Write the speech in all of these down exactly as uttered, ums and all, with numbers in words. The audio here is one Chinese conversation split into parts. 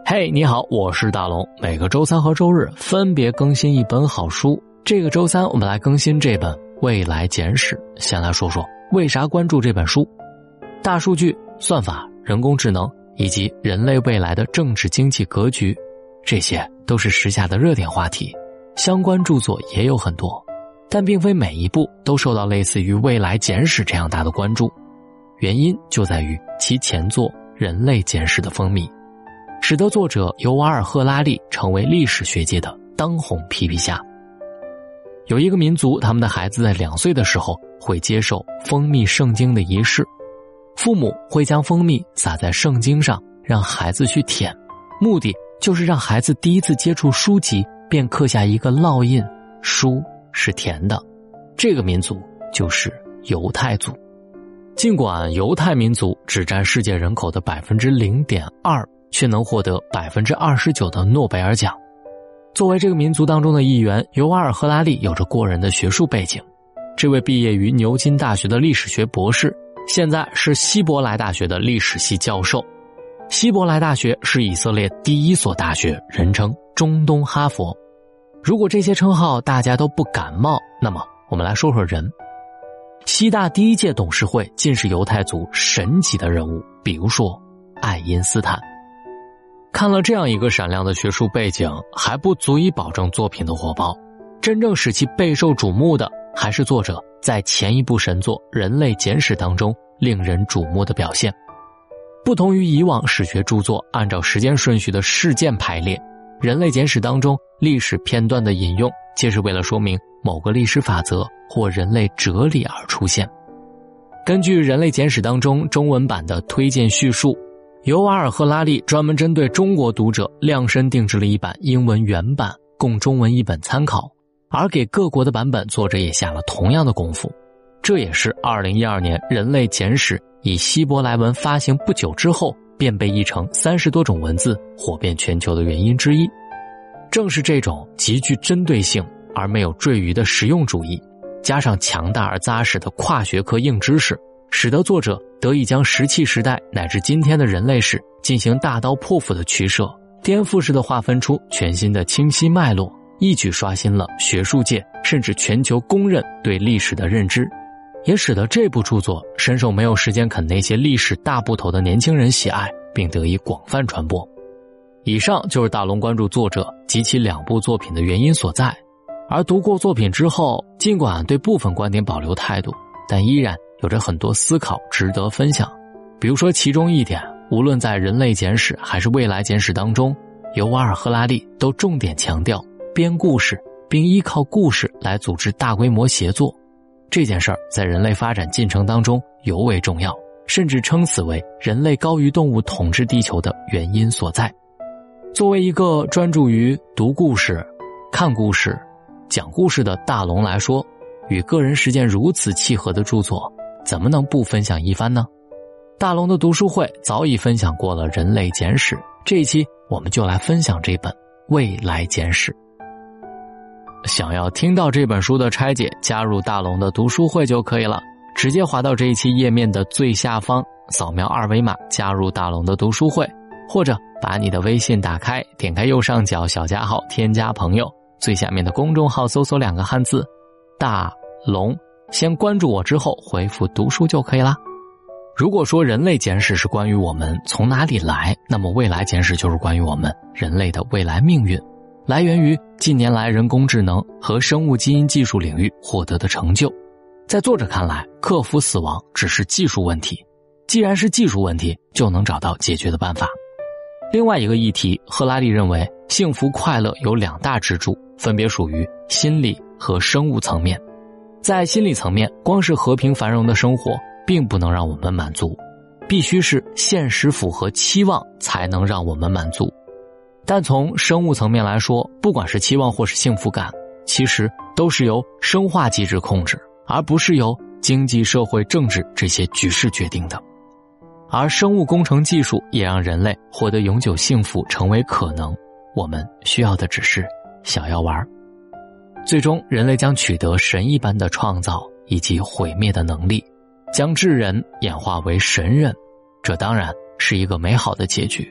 嘿，你好，我是大龙，每个周三和周日分别更新一本好书。这个周三我们来更新这本《未来简史》。先来说说为啥关注这本书。大数据、算法、人工智能以及人类未来的政治经济格局，这些都是时下的热点话题，相关著作也有很多，但并非每一部都受到类似于《未来简史》这样大的关注。原因就在于其前作《人类简史》的风靡，使得作者尤瓦尔·赫拉利成为历史学界的当红皮皮虾。有一个民族，他们的孩子在两岁的时候会接受蜂蜜圣经的仪式，父母会将蜂蜜撒在圣经上，让孩子去舔，目的就是让孩子第一次接触书籍便刻下一个烙印，书是甜的。这个民族就是犹太族。尽管犹太民族只占世界人口的 百分之零点二， 却能获得 百分之二十九 的诺贝尔奖。作为这个民族当中的一员，尤瓦尔·赫拉利有着过人的学术背景。这位毕业于牛津大学的历史学博士，现在是希伯来大学的历史系教授。希伯来大学是以色列第一所大学，人称中东哈佛。如果这些称号大家都不感冒，那么我们来说说人。希大第一届董事会尽是犹太族神级的人物，比如说爱因斯坦。看了这样一个闪亮的学术背景，还不足以保证作品的火爆。真正使其备受瞩目的，还是作者在前一部神作《人类简史》当中令人瞩目的表现。不同于以往史学著作按照时间顺序的事件排列，《人类简史》当中历史片段的引用，皆是为了说明某个历史法则或人类哲理而出现。根据《人类简史》当中中文版的推荐叙述，尤瓦尔·赫拉利专门针对中国读者量身定制了一版英文原版，供中文译本参考，而给各国的版本作者也下了同样的功夫。这也是二零一二年《人类简史》以希伯来文发行不久之后便被译成三十多种文字，火遍全球的原因之一。正是这种极具针对性而没有赘余的实用主义，加上强大而扎实的跨学科硬知识，使得作者得以将石器时代乃至今天的人类史进行大刀阔斧的取舍，颠覆式的划分出全新的清晰脉络，一举刷新了学术界甚至全球公认对历史的认知，也使得这部著作深受没有时间啃那些历史大部头的年轻人喜爱，并得以广泛传播。以上就是大龙关注作者及其两部作品的原因所在。而读过作品之后，尽管对部分观点保留态度，但依然有着很多思考值得分享。比如说其中一点，无论在《人类简史》还是《未来简史》当中，尤瓦尔·赫拉利都重点强调编故事，并依靠故事来组织大规模协作。这件事儿在人类发展进程当中尤为重要，甚至称此为人类高于动物统治地球的原因所在。作为一个专注于读故事、看故事、讲故事的大龙来说，与个人实践如此契合的著作，怎么能不分享一番呢？大龙的读书会早已分享过了《人类简史》，这一期我们就来分享这本《未来简史》。想要听到这本书的拆解，加入大龙的读书会就可以了，直接滑到这一期页面的最下方，扫描二维码加入大龙的读书会，或者把你的微信打开，点开右上角小加号添加朋友，最下面的公众号搜索两个汉字大龙，先关注我之后回复读书就可以啦。如果说人类简史是关于我们从哪里来，那么未来简史就是关于我们人类的未来命运，来源于近年来人工智能和生物基因技术领域获得的成就。在作者看来，克服死亡只是技术问题，既然是技术问题，就能找到解决的办法。另外一个议题，赫拉利认为幸福快乐有两大支柱，分别属于心理和生物层面。在心理层面，光是和平繁荣的生活并不能让我们满足，必须是现实符合期望才能让我们满足。但从生物层面来说，不管是期望或是幸福感，其实都是由生化机制控制，而不是由经济、社会、政治这些局势决定的。而生物工程技术也让人类获得永久幸福成为可能，我们需要的只是小药丸。最终，人类将取得神一般的创造以及毁灭的能力，将智人演化为神人，这当然是一个美好的结局。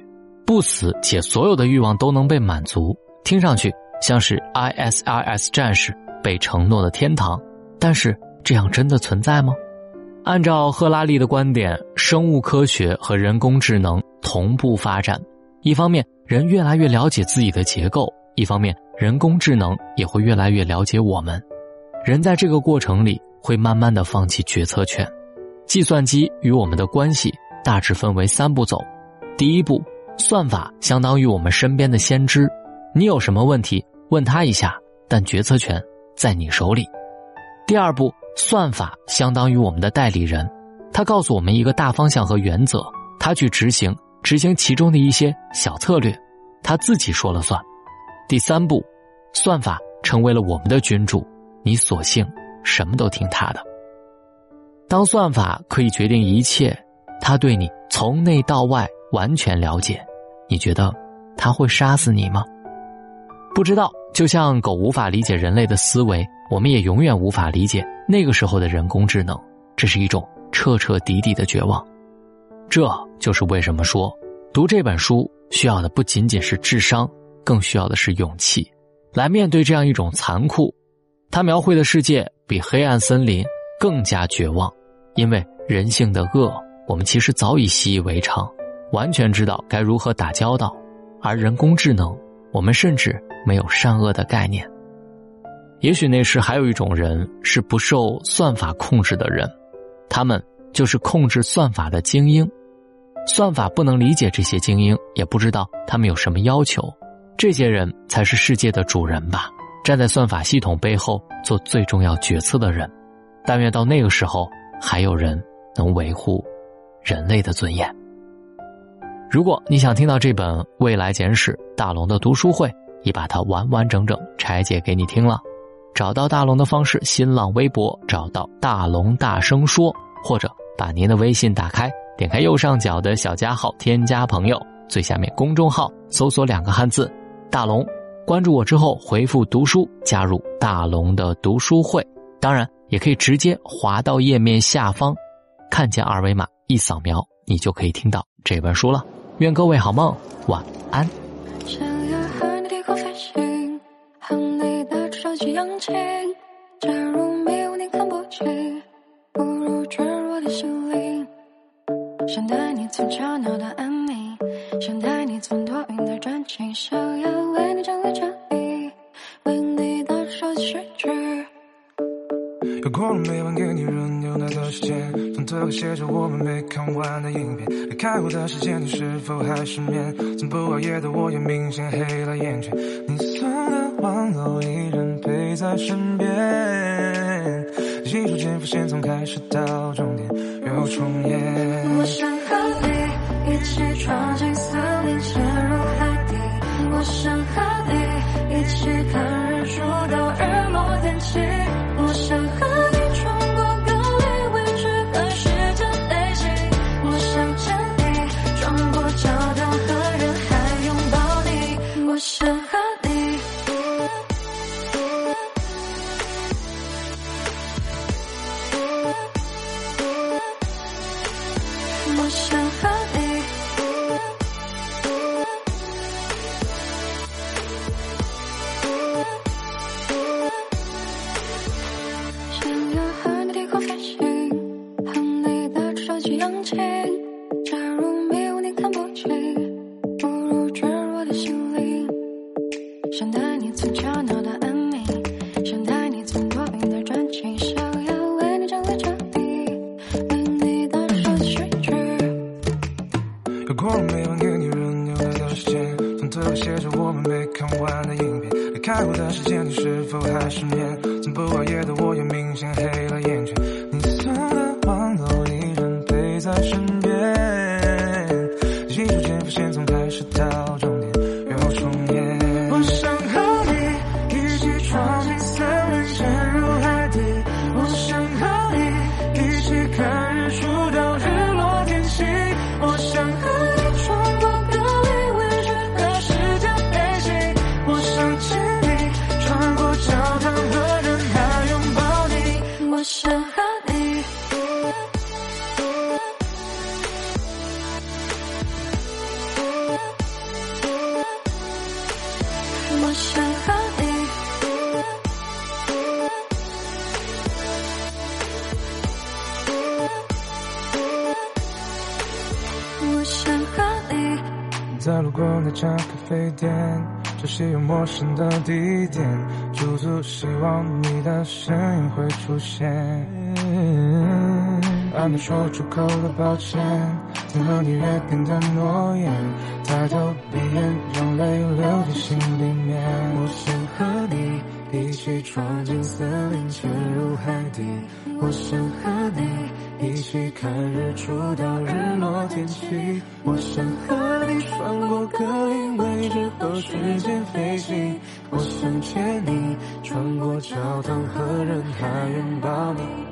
不死且所有的欲望都能被满足，听上去像是 I S I S 战士被承诺的天堂，但是这样真的存在吗？按照赫拉利的观点，生物科学和人工智能同步发展，一方面人越来越了解自己的结构，一方面人工智能也会越来越了解我们。人在这个过程里会慢慢地放弃决策权。计算机与我们的关系大致分为三步走。第一步，算法相当于我们身边的先知，你有什么问题问他一下，但决策权在你手里。第二步，算法相当于我们的代理人，他告诉我们一个大方向和原则，他去执行执行其中的一些小策略，他自己说了算。第三步，算法成为了我们的君主，你索性什么都听他的。当算法可以决定一切，他对你从内到外完全了解，你觉得他会杀死你吗？不知道，就像狗无法理解人类的思维，我们也永远无法理解那个时候的人工智能，这是一种彻彻底底的绝望。这就是为什么说读这本书需要的不仅仅是智商，更需要的是勇气，来面对这样一种残酷。它描绘的世界比黑暗森林更加绝望，因为人性的恶我们其实早已习以为常，完全知道该如何打交道，而人工智能我们甚至没有善恶的概念。也许那时还有一种人是不受算法控制的人，他们就是控制算法的精英。算法不能理解这些精英，也不知道他们有什么要求，这些人才是世界的主人吧，站在算法系统背后做最重要决策的人。但愿到那个时候还有人能维护人类的尊严。如果你想听到这本《未来简史》大龙的读书会，已把它完完整整拆解给你听了。找到大龙的方式，新浪微博找到大龙大声说，或者把您的微信打开，点开右上角的小加号添加朋友，最下面公众号搜索两个汉字大龙，关注我之后回复读书，加入大龙的读书会。当然也可以直接滑到页面下方，看见二维码一扫描，你就可以听到这本书了。愿各位好梦，晚安。 想要和你低空飞行，和你的手机扬起，假如没有你看不清，不如坠入的心灵。想带你从吵闹的安宁，想带你从多云的转晴，想要为你整理整理，为你的手机睡去。 有过了每晚给你热牛奶的时间，从特别写着我们没看完的影片。离开我的时间，你是否还失眠？从不熬夜的我也明显黑了眼圈。你送的玩偶依然陪在身边，细数间浮现从开始到终点又重演。 我想和你一起闯进森林，陷入海底。我想和你一起看日出到日落天晴。我想和你穿过隔离位置和时间类型。我想牵你穿过教堂和人海拥抱你。我想和你我想和你想要和你低空飞行，和你的手机扬起，假如没有你看不清，不如坠入的心灵。想带你从吵闹的安宁，想带你从多云的转晴，想要为你整理整理，为你的手机睡去。 有过了每晚给你热牛奶的时间，从特别写着我们没看完的影片。离开我的时间，你是否还失眠？从不熬夜的我也明显黑了眼圈。你送的玩偶依然陪在身边，细数间浮现从开始到终点又重演。我想和你一起闯进森林，陷入海底。我想和你一起看日出到日落天晴。我想和你穿过隔离位置和时间类型。我想牵你穿过教堂和人海拥抱你。 我想和我想和你。我想和你。 在路过那家咖啡店，这是有陌生的地点，驻足希望你的身影会出现。还没说出口的抱歉，曾和你约定的诺言，抬头闭眼，让泪流进心里面。我想和你一起闯进森林，潜入海底。我想和你一起看日出到日落天气。我想和你穿过格林威治和时间飞行。我想牵你穿过教堂和人海，拥抱你。